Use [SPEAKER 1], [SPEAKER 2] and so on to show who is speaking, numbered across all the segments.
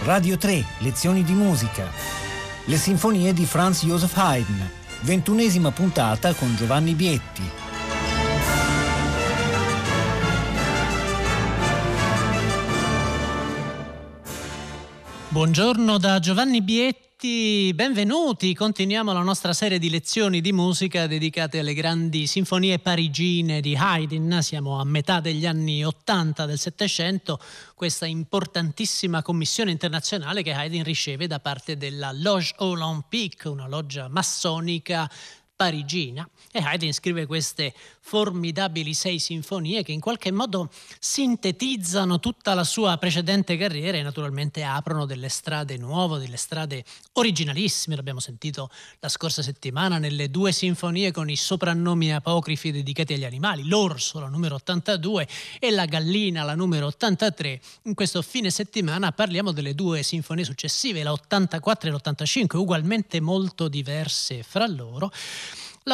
[SPEAKER 1] Radio 3, lezioni di musica. Le sinfonie di Franz Joseph Haydn, 21ª puntata con Giovanni Bietti.
[SPEAKER 2] Buongiorno da Giovanni Bietti, benvenuti. Continuiamo la nostra serie di lezioni di musica dedicate alle grandi sinfonie parigine di Haydn. Siamo a metà degli anni 80 del Settecento, questa importantissima commissione internazionale che Haydn riceve da parte della Loge Olympique, una loggia massonica parigina, e Haydn scrive queste formidabili 6 sinfonie che in qualche modo sintetizzano tutta la sua precedente carriera e naturalmente aprono delle strade nuove, delle strade originalissime. L'abbiamo sentito la scorsa settimana nelle 2 sinfonie con i soprannomi apocrifi dedicati agli animali, l'orso, la numero 82, e la gallina, la numero 83. In questo fine settimana parliamo delle 2 sinfonie successive, la 84 e l'85, ugualmente molto diverse fra loro. La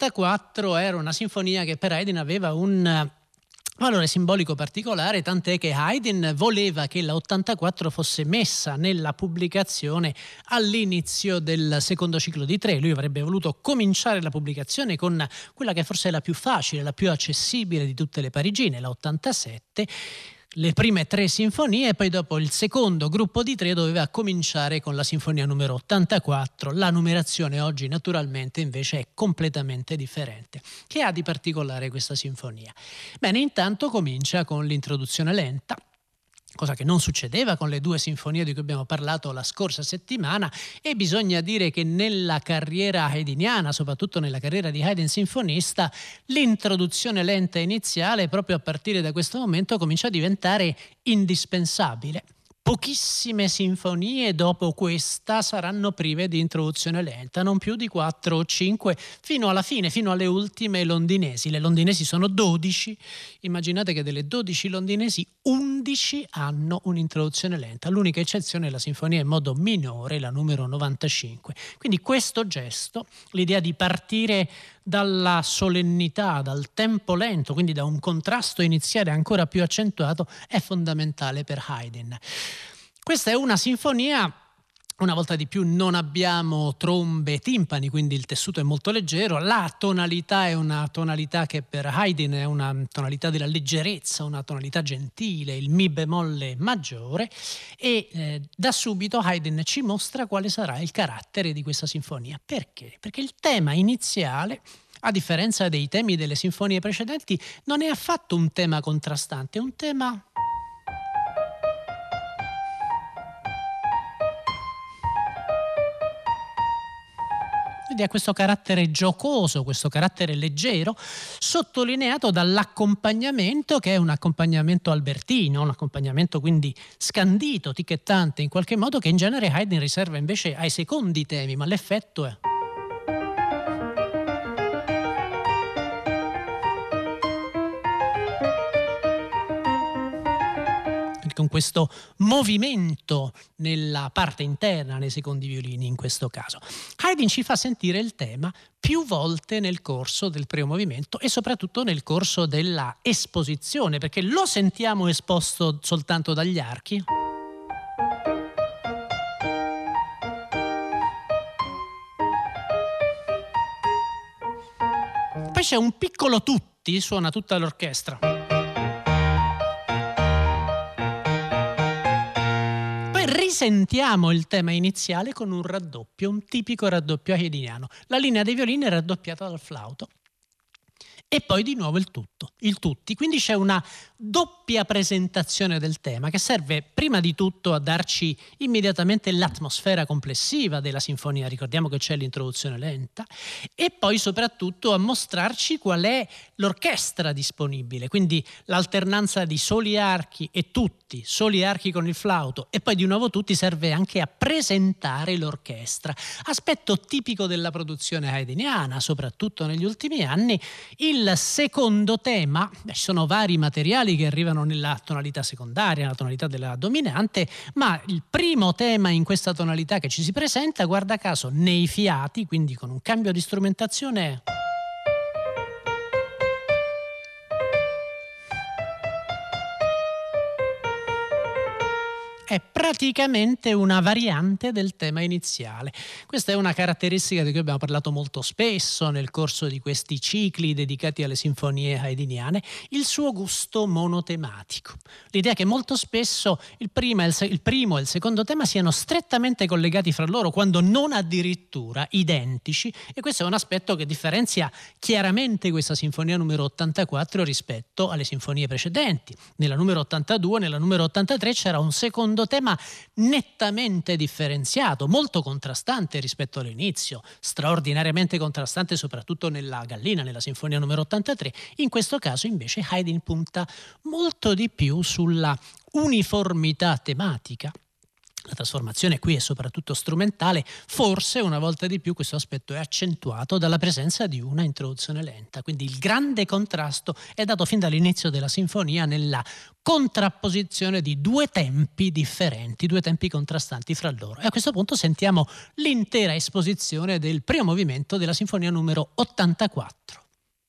[SPEAKER 2] 84 era una sinfonia che per Haydn aveva un valore simbolico particolare, tant'è che Haydn voleva che la 84 fosse messa nella pubblicazione all'inizio del secondo ciclo di 3. Lui avrebbe voluto cominciare la pubblicazione con quella che forse è la più facile, la più accessibile di tutte le parigine, la 87. Le prime 3 sinfonie, e poi dopo il secondo gruppo di 3 doveva cominciare con la sinfonia numero 84. La numerazione oggi naturalmente invece è completamente differente. Che ha di particolare questa sinfonia? Bene, intanto comincia con l'introduzione lenta, cosa che non succedeva con le 2 sinfonie di cui abbiamo parlato la scorsa settimana, e bisogna dire che nella carriera haydniana, soprattutto nella carriera di Haydn sinfonista, l'introduzione lenta iniziale proprio a partire da questo momento comincia a diventare indispensabile. Pochissime sinfonie dopo questa saranno prive di introduzione lenta, non più di 4 o 5, fino alla fine, fino alle ultime londinesi. Le londinesi sono 12, immaginate che delle 12 londinesi 11 hanno un'introduzione lenta. L'unica eccezione è la sinfonia in modo minore, la numero 95. Quindi questo gesto, l'idea di partire dalla solennità, dal tempo lento, quindi da un contrasto iniziale ancora più accentuato, è fondamentale per Haydn. Questa è una sinfonia, una volta di più non abbiamo trombe e timpani, quindi il tessuto è molto leggero. La tonalità è una tonalità che per Haydn è una tonalità della leggerezza, una tonalità gentile, il mi bemolle maggiore, e da subito Haydn ci mostra quale sarà il carattere di questa sinfonia. Perché? Perché il tema iniziale, a differenza dei temi delle sinfonie precedenti, non è affatto un tema contrastante, è un tema quindi ha questo carattere giocoso, questo carattere leggero, sottolineato dall'accompagnamento, che è un accompagnamento albertino, un accompagnamento quindi scandito, ticchettante in qualche modo, che in genere Haydn riserva invece ai secondi temi, ma l'effetto è con questo movimento nella parte interna, nei secondi violini in questo caso. Haydn ci fa sentire il tema più volte nel corso del primo movimento e soprattutto nel corso della esposizione, perché lo sentiamo esposto soltanto dagli archi. Poi c'è un piccolo tutti, suona tutta l'orchestra. Risentiamo il tema iniziale con un raddoppio, un tipico raddoppio haydniano. La linea dei violini è raddoppiata dal flauto. E poi di nuovo il tutti. Quindi c'è una doppia presentazione del tema che serve prima di tutto a darci immediatamente l'atmosfera complessiva della sinfonia. Ricordiamo che c'è l'introduzione lenta, e poi soprattutto a mostrarci qual è l'orchestra disponibile, quindi l'alternanza di soli archi e tutti, soli archi con il flauto e poi di nuovo tutti, serve anche a presentare l'orchestra. Aspetto tipico della produzione haydniana, soprattutto negli ultimi anni. Il secondo tema, ci sono vari materiali che arrivano nella tonalità secondaria, nella tonalità della dominante, ma il primo tema in questa tonalità che ci si presenta, guarda caso, nei fiati, quindi con un cambio di strumentazione, è praticamente una variante del tema iniziale. Questa è una caratteristica di cui abbiamo parlato molto spesso nel corso di questi cicli dedicati alle sinfonie haydniane, il suo gusto monotematico. L'idea che molto spesso il primo e il secondo tema siano strettamente collegati fra loro, quando non addirittura identici, e questo è un aspetto che differenzia chiaramente questa sinfonia numero 84 rispetto alle sinfonie precedenti. Nella numero 82 e nella numero 83 c'era un secondo tema nettamente differenziato, molto contrastante rispetto all'inizio, straordinariamente contrastante soprattutto nella Gallina, nella sinfonia numero 83. In questo caso invece Haydn punta molto di più sulla uniformità tematica. La trasformazione qui è soprattutto strumentale, forse una volta di più questo aspetto è accentuato dalla presenza di una introduzione lenta, quindi il grande contrasto è dato fin dall'inizio della sinfonia nella contrapposizione di due tempi differenti, due tempi contrastanti fra loro. E a questo punto sentiamo l'intera esposizione del primo movimento della sinfonia numero 84.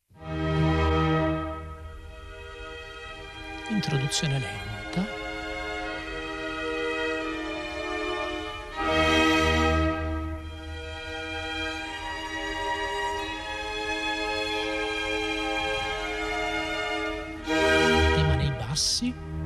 [SPEAKER 2] Introduzione lenta. Bassi.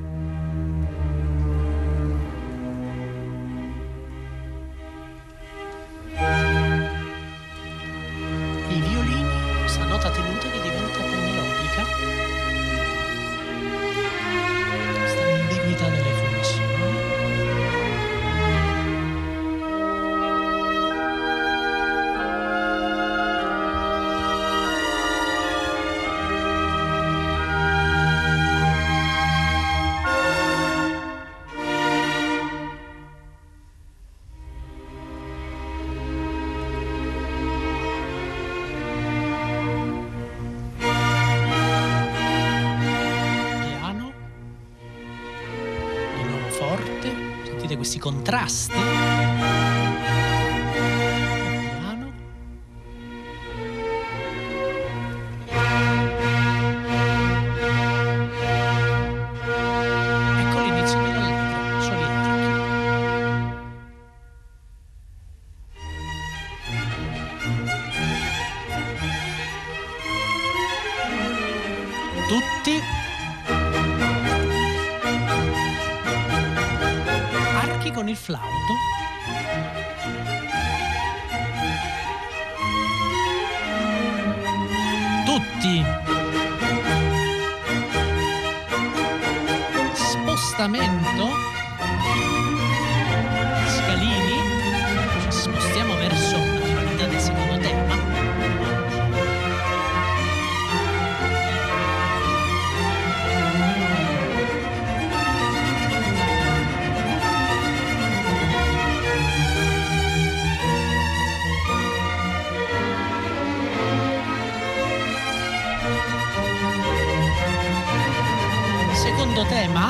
[SPEAKER 2] I violini, questa nota tenuta che diventa poi melodica, questa ambiguità delle funzioni. Questi contrasti. Piano. Ecco l'inizio dell'allegro, soli archi. Tutti con il flauto. Tutti. Spostamento. Scalini. Ci spostiamo verso la finalità del secondo tema. Secondo tema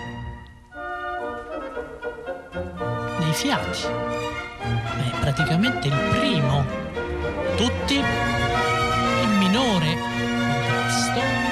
[SPEAKER 2] nei fiati, è praticamente il primo, tutti in minore contrasto.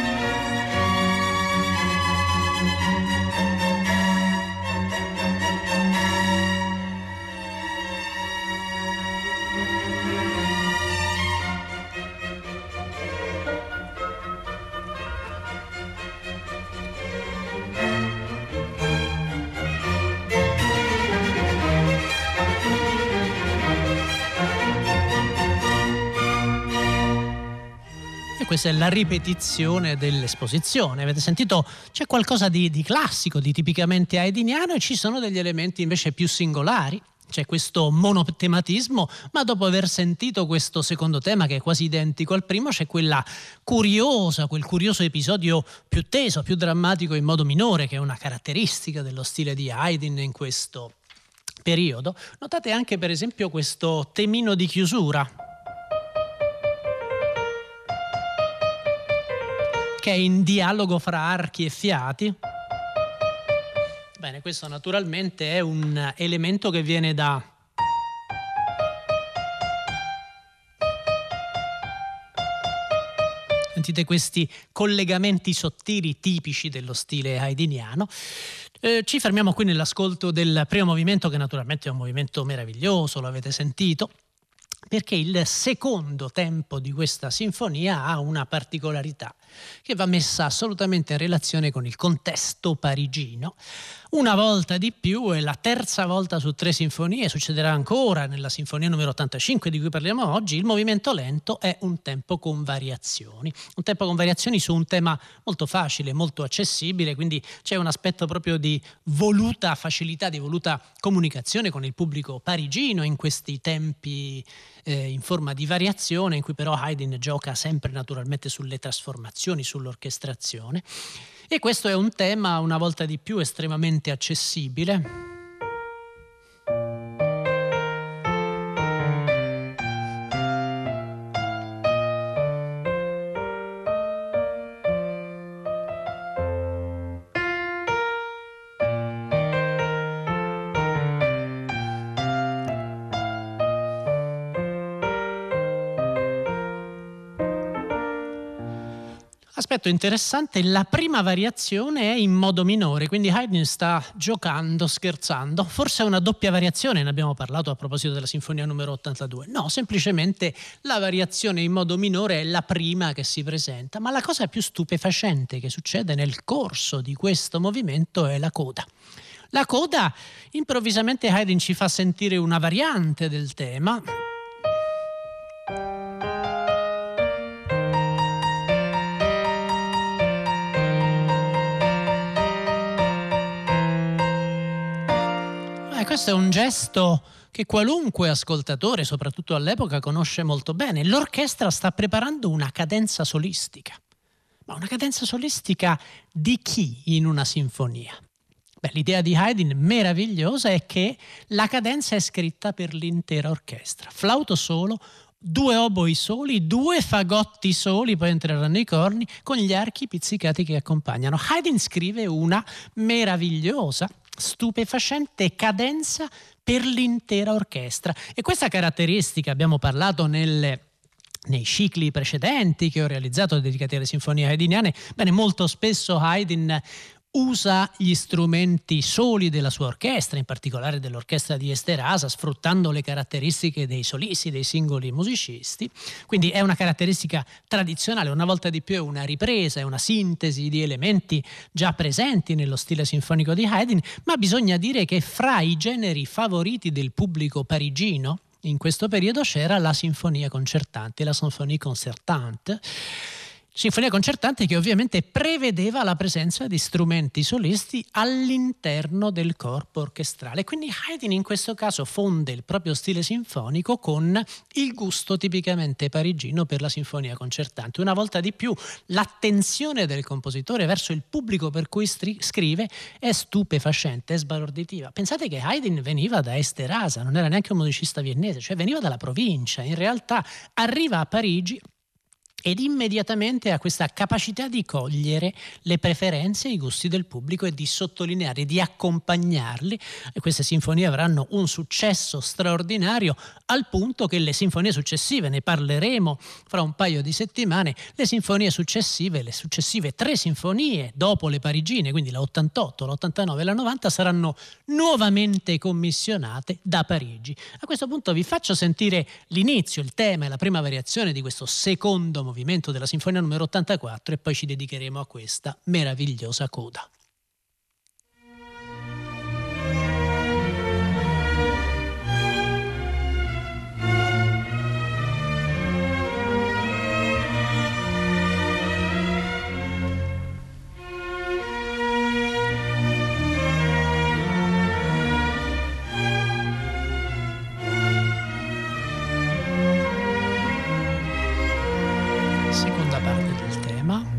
[SPEAKER 2] Questa è la ripetizione dell'esposizione. Avete sentito? C'è qualcosa di classico, di tipicamente haydniano, e ci sono degli elementi invece più singolari. C'è questo monotematismo, ma dopo aver sentito questo secondo tema che è quasi identico al primo, c'è quel curioso episodio più teso, più drammatico in modo minore, che è una caratteristica dello stile di Haydn in questo periodo. Notate anche per esempio questo temino di chiusura, che è in dialogo fra archi e fiati. Bene, questo naturalmente è un elemento che viene da Sentite questi collegamenti sottili tipici dello stile haydniano. Ci fermiamo qui nell'ascolto del primo movimento, che naturalmente è un movimento meraviglioso, lo avete sentito, perché il secondo tempo di questa sinfonia ha una particolarità che va messa assolutamente in relazione con il contesto parigino. Una volta di più, è la terza volta su 3 sinfonie, succederà ancora nella sinfonia numero 85 di cui parliamo oggi, il movimento lento è un tempo con variazioni. Un tempo con variazioni su un tema molto facile, molto accessibile, quindi c'è un aspetto proprio di voluta facilità, di voluta comunicazione con il pubblico parigino in questi tempi in forma di variazione, in cui però Haydn gioca sempre naturalmente sulle trasformazioni, sull'orchestrazione. E questo è un tema, una volta di più, estremamente accessibile. Aspetto interessante, la prima variazione è in modo minore, quindi Haydn sta giocando, scherzando. Forse è una doppia variazione, ne abbiamo parlato a proposito della sinfonia numero 82. No, semplicemente la variazione in modo minore è la prima che si presenta, ma la cosa più stupefacente che succede nel corso di questo movimento è la coda. La coda, improvvisamente Haydn ci fa sentire una variante del tema. Questo è un gesto che qualunque ascoltatore, soprattutto all'epoca, conosce molto bene. L'orchestra sta preparando una cadenza solistica. Ma una cadenza solistica di chi in una sinfonia? Beh, l'idea di Haydn meravigliosa è che la cadenza è scritta per l'intera orchestra. Flauto solo, 2 oboi soli, 2 fagotti soli, poi entreranno i corni, con gli archi pizzicati che accompagnano. Haydn scrive una meravigliosa, stupefacente cadenza per l'intera orchestra, e questa caratteristica abbiamo parlato nei cicli precedenti che ho realizzato dedicati alle sinfonie haydniane. Bene, molto spesso Haydn usa gli strumenti soli della sua orchestra, in particolare dell'orchestra di Esterházy, sfruttando le caratteristiche dei solisti, dei singoli musicisti. Quindi è una caratteristica tradizionale, una volta di più è una ripresa, è una sintesi di elementi già presenti nello stile sinfonico di Haydn, ma bisogna dire che fra i generi favoriti del pubblico parigino in questo periodo c'era la sinfonia concertante, la symphonie concertante. Sinfonia concertante che ovviamente prevedeva la presenza di strumenti solisti all'interno del corpo orchestrale. Quindi Haydn in questo caso fonde il proprio stile sinfonico con il gusto tipicamente parigino per la sinfonia concertante. Una volta di più l'attenzione del compositore verso il pubblico per cui scrive è stupefacente, è sbalorditiva. Pensate che Haydn veniva da Esterházy, non era neanche un musicista viennese, cioè veniva dalla provincia. In realtà arriva a Parigi ed immediatamente ha questa capacità di cogliere le preferenze e i gusti del pubblico e di sottolineare, di accompagnarli. E queste sinfonie avranno un successo straordinario, al punto che le sinfonie successive, ne parleremo fra un paio di settimane, le successive 3 sinfonie dopo le parigine, quindi la 88, l'89 e la 90, saranno nuovamente commissionate da Parigi. A questo punto vi faccio sentire l'inizio, il tema e la prima variazione di questo secondo movimento della sinfonia numero 84 e poi ci dedicheremo a questa meravigliosa coda. Seconda parte del tema.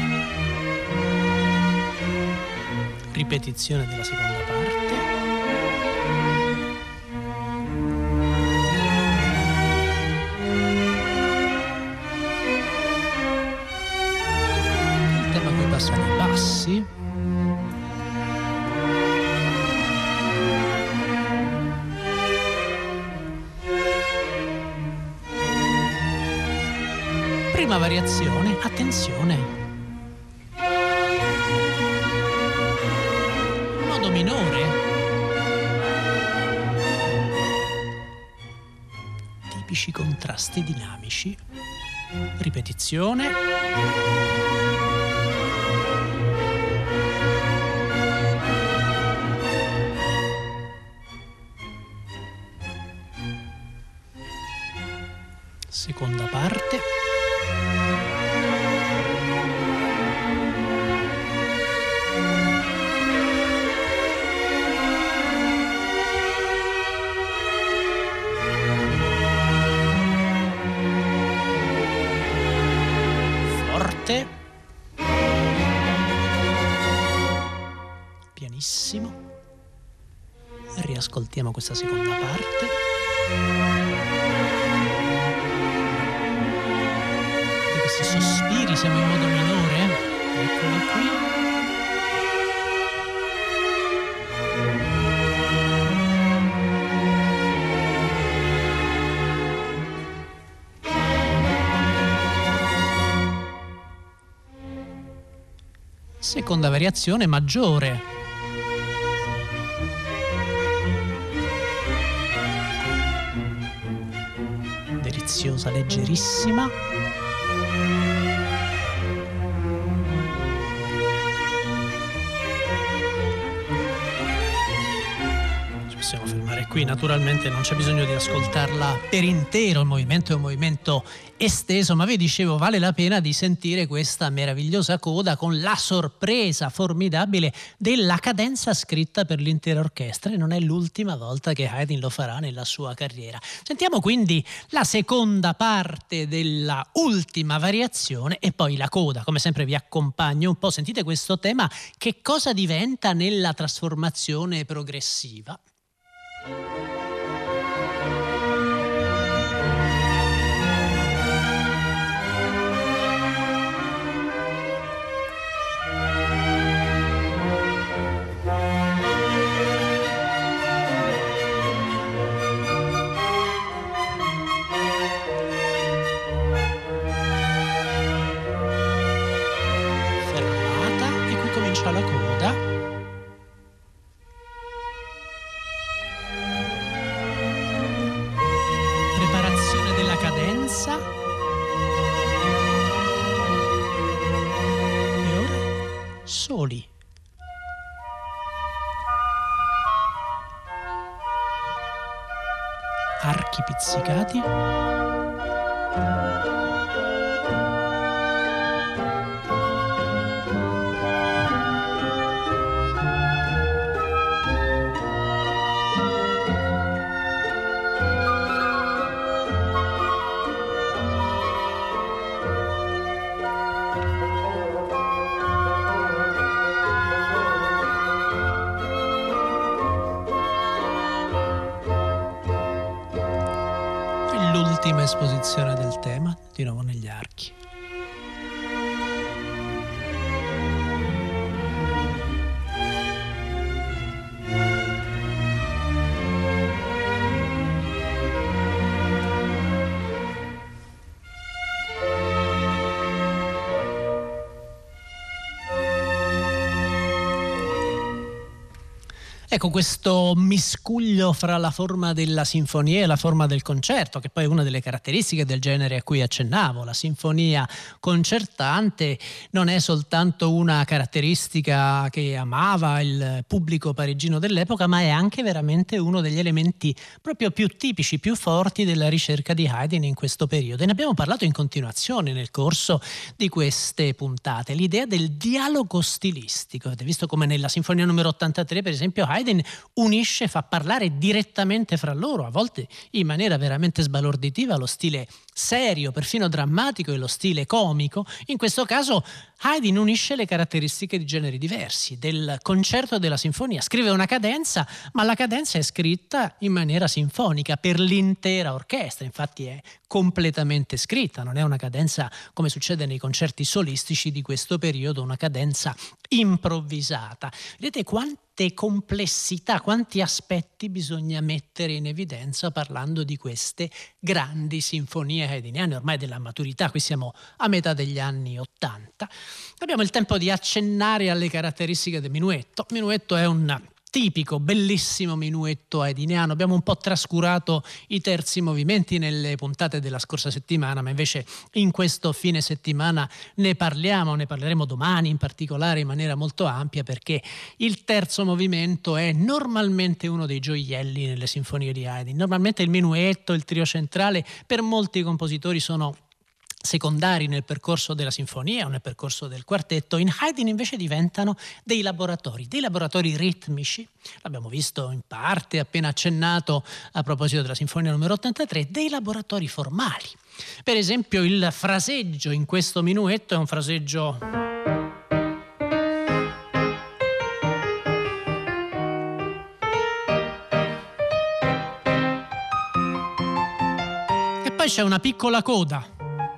[SPEAKER 2] Ripetizione della seconda parte. bassi. Prima variazione, attenzione. Modo minore. Tipici contrasti dinamici. Ripetizione. Seconda parte. Forte. Pianissimo. Riascoltiamo questa seconda parte. Di questi sospiri, siamo in modo minore. Eccoli qui. Seconda variazione maggiore. Deliziosa, leggerissima. Ci possiamo fermare qui, naturalmente non c'è bisogno di ascoltarla per intero, il movimento è un movimento esteso, ma vi dicevo vale la pena di sentire questa meravigliosa coda con la sorpresa formidabile della cadenza scritta per l'intera orchestra, e non è l'ultima volta che Haydn lo farà nella sua carriera. Sentiamo quindi la seconda parte della ultima variazione e poi la coda. Come sempre vi accompagno un po', sentite questo tema, che cosa diventa nella trasformazione progressiva. La coda, preparazione della cadenza e ora soli. Archi pizzicati. L'ultima esposizione del tema, di nuovo negli archi. Ecco, questo miscuglio fra la forma della sinfonia e la forma del concerto, che poi è una delle caratteristiche del genere a cui accennavo. La sinfonia concertante non è soltanto una caratteristica che amava il pubblico parigino dell'epoca, ma è anche veramente uno degli elementi proprio più tipici, più forti della ricerca di Haydn in questo periodo. E ne abbiamo parlato in continuazione nel corso di queste puntate. L'idea del dialogo stilistico. Avete visto come nella sinfonia numero 83, per esempio, Haydn Haydn unisce, fa parlare direttamente fra loro, a volte in maniera veramente sbalorditiva, lo stile serio, perfino drammatico, e lo stile comico. In questo caso Haydn unisce le caratteristiche di generi diversi del concerto e della sinfonia. Scrive una cadenza, ma la cadenza è scritta in maniera sinfonica per l'intera orchestra, infatti è completamente scritta, non è una cadenza come succede nei concerti solistici di questo periodo, una cadenza improvvisata. Vedete quante complessità, quanti aspetti bisogna mettere in evidenza parlando di queste grandi sinfonie haydniane ormai della maturità. Qui siamo a metà degli anni '80. Abbiamo il tempo di accennare alle caratteristiche del minuetto. Il minuetto è un tipico, bellissimo minuetto haydniano. Abbiamo un po' trascurato i terzi movimenti nelle puntate della scorsa settimana, ma invece in questo fine settimana ne parleremo domani in particolare in maniera molto ampia, perché il terzo movimento è normalmente uno dei gioielli nelle sinfonie di Haydn. Normalmente il minuetto, il trio centrale, per molti compositori sono secondari nel percorso della sinfonia o nel percorso del quartetto. In Haydn invece diventano dei laboratori ritmici. L'abbiamo visto in parte, appena accennato a proposito della sinfonia numero 83, dei laboratori formali. Per esempio il fraseggio in questo minuetto è un fraseggio e poi c'è una piccola coda.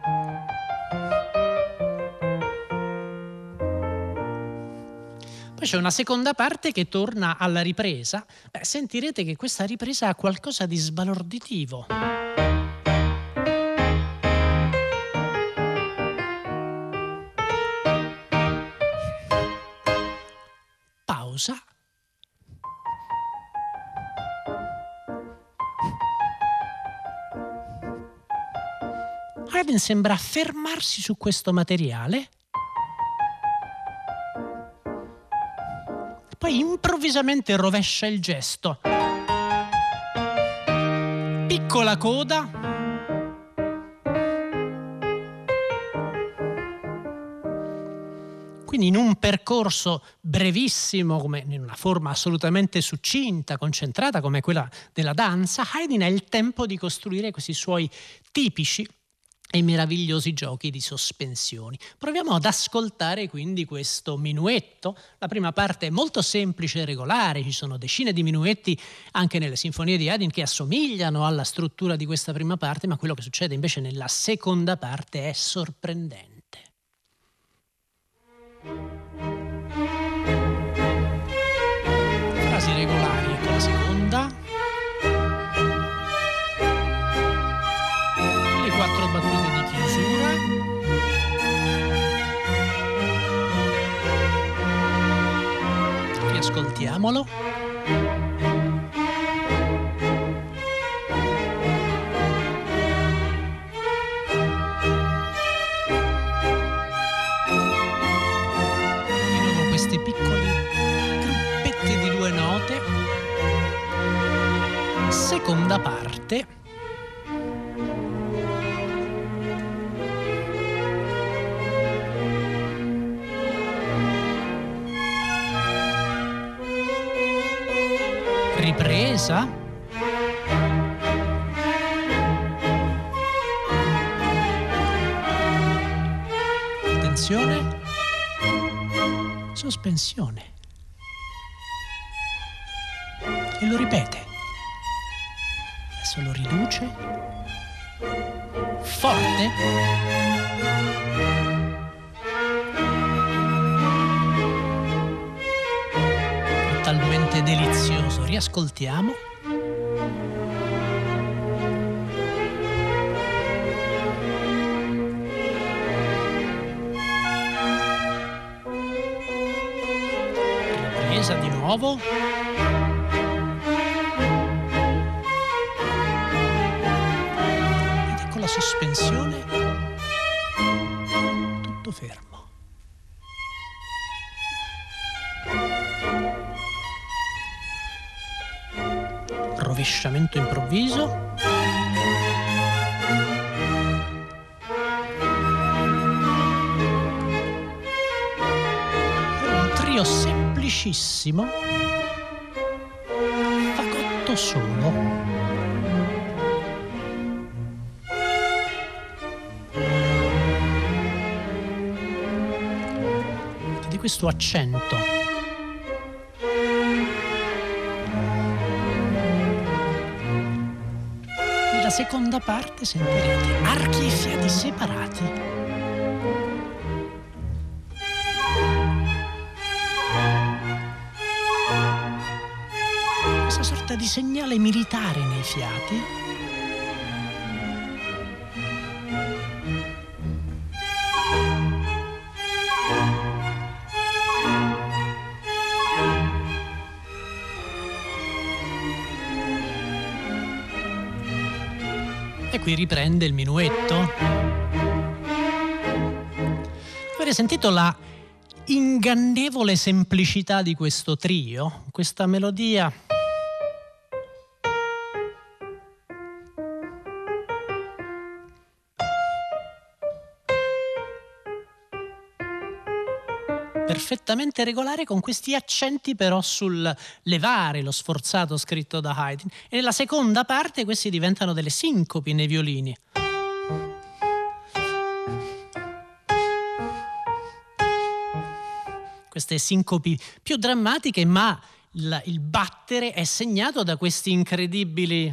[SPEAKER 2] Poi c'è una seconda parte che torna alla ripresa. Sentirete che questa ripresa ha qualcosa di sbalorditivo. Pausa. Haydn sembra fermarsi su questo materiale. Poi improvvisamente rovescia il gesto. Piccola coda. Quindi in un percorso brevissimo, come in una forma assolutamente succinta, concentrata come quella della danza, Haydn ha il tempo di costruire questi suoi tipici e meravigliosi giochi di sospensioni. Proviamo ad ascoltare quindi questo minuetto. La prima parte è molto semplice e regolare, ci sono decine di minuetti anche nelle sinfonie di Haydn che assomigliano alla struttura di questa prima parte, ma quello che succede invece nella seconda parte è sorprendente. Frasi regolari, ecco la seconda. Le 4 battute di chiusura. Riascoltiamolo. Di nuovo questi piccoli gruppetti di 2 note. Seconda parte. Ripresa. Attenzione. Sospensione. E lo ripete. Adesso lo riduce. Forte. Talmente delizioso. Riascoltiamo. Ripresa di nuovo. Ed ecco la sospensione. Tutto fermo. Rovesciamento improvviso. Un trio semplicissimo. solo. Di questo accento. Nella seconda parte sentirete archi e fiati separati. Questa sorta di segnale militare nei fiati. E qui riprende il minuetto. Avete sentito la ingannevole semplicità di questo trio? Questa melodia perfettamente regolare, con questi accenti però sul levare lo sforzato scritto da Haydn, e nella seconda parte questi diventano delle sincopi nei violini. Queste sincopi più drammatiche, ma il battere è segnato da questi incredibili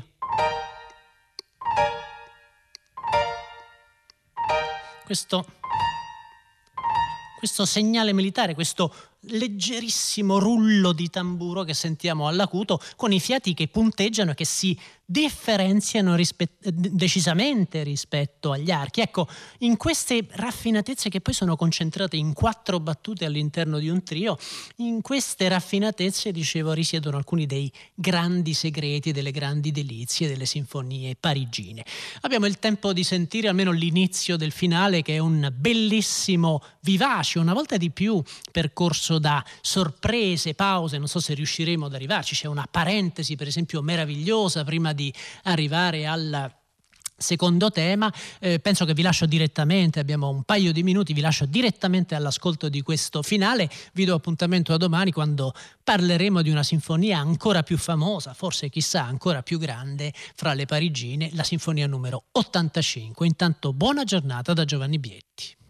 [SPEAKER 2] questo segnale militare, questo leggerissimo rullo di tamburo che sentiamo all'acuto, con i fiati che punteggiano e che si differenziano decisamente rispetto agli archi. Ecco, in queste raffinatezze che poi sono concentrate in 4 battute all'interno di un trio, in queste raffinatezze, dicevo, risiedono alcuni dei grandi segreti, delle grandi delizie delle sinfonie parigine. Abbiamo il tempo di sentire almeno l'inizio del finale, che è un bellissimo, vivace, una volta di più percorso da sorprese, pause, non so se riusciremo ad arrivarci. C'è una parentesi, per esempio, meravigliosa prima di arrivare al secondo tema. Penso che vi lascio direttamente, abbiamo un paio di minuti, vi lascio direttamente all'ascolto di questo finale. Vi do appuntamento a domani, quando parleremo di una sinfonia ancora più famosa, forse chissà ancora più grande fra le parigine, la sinfonia numero 85. Intanto buona giornata da Giovanni Bietti.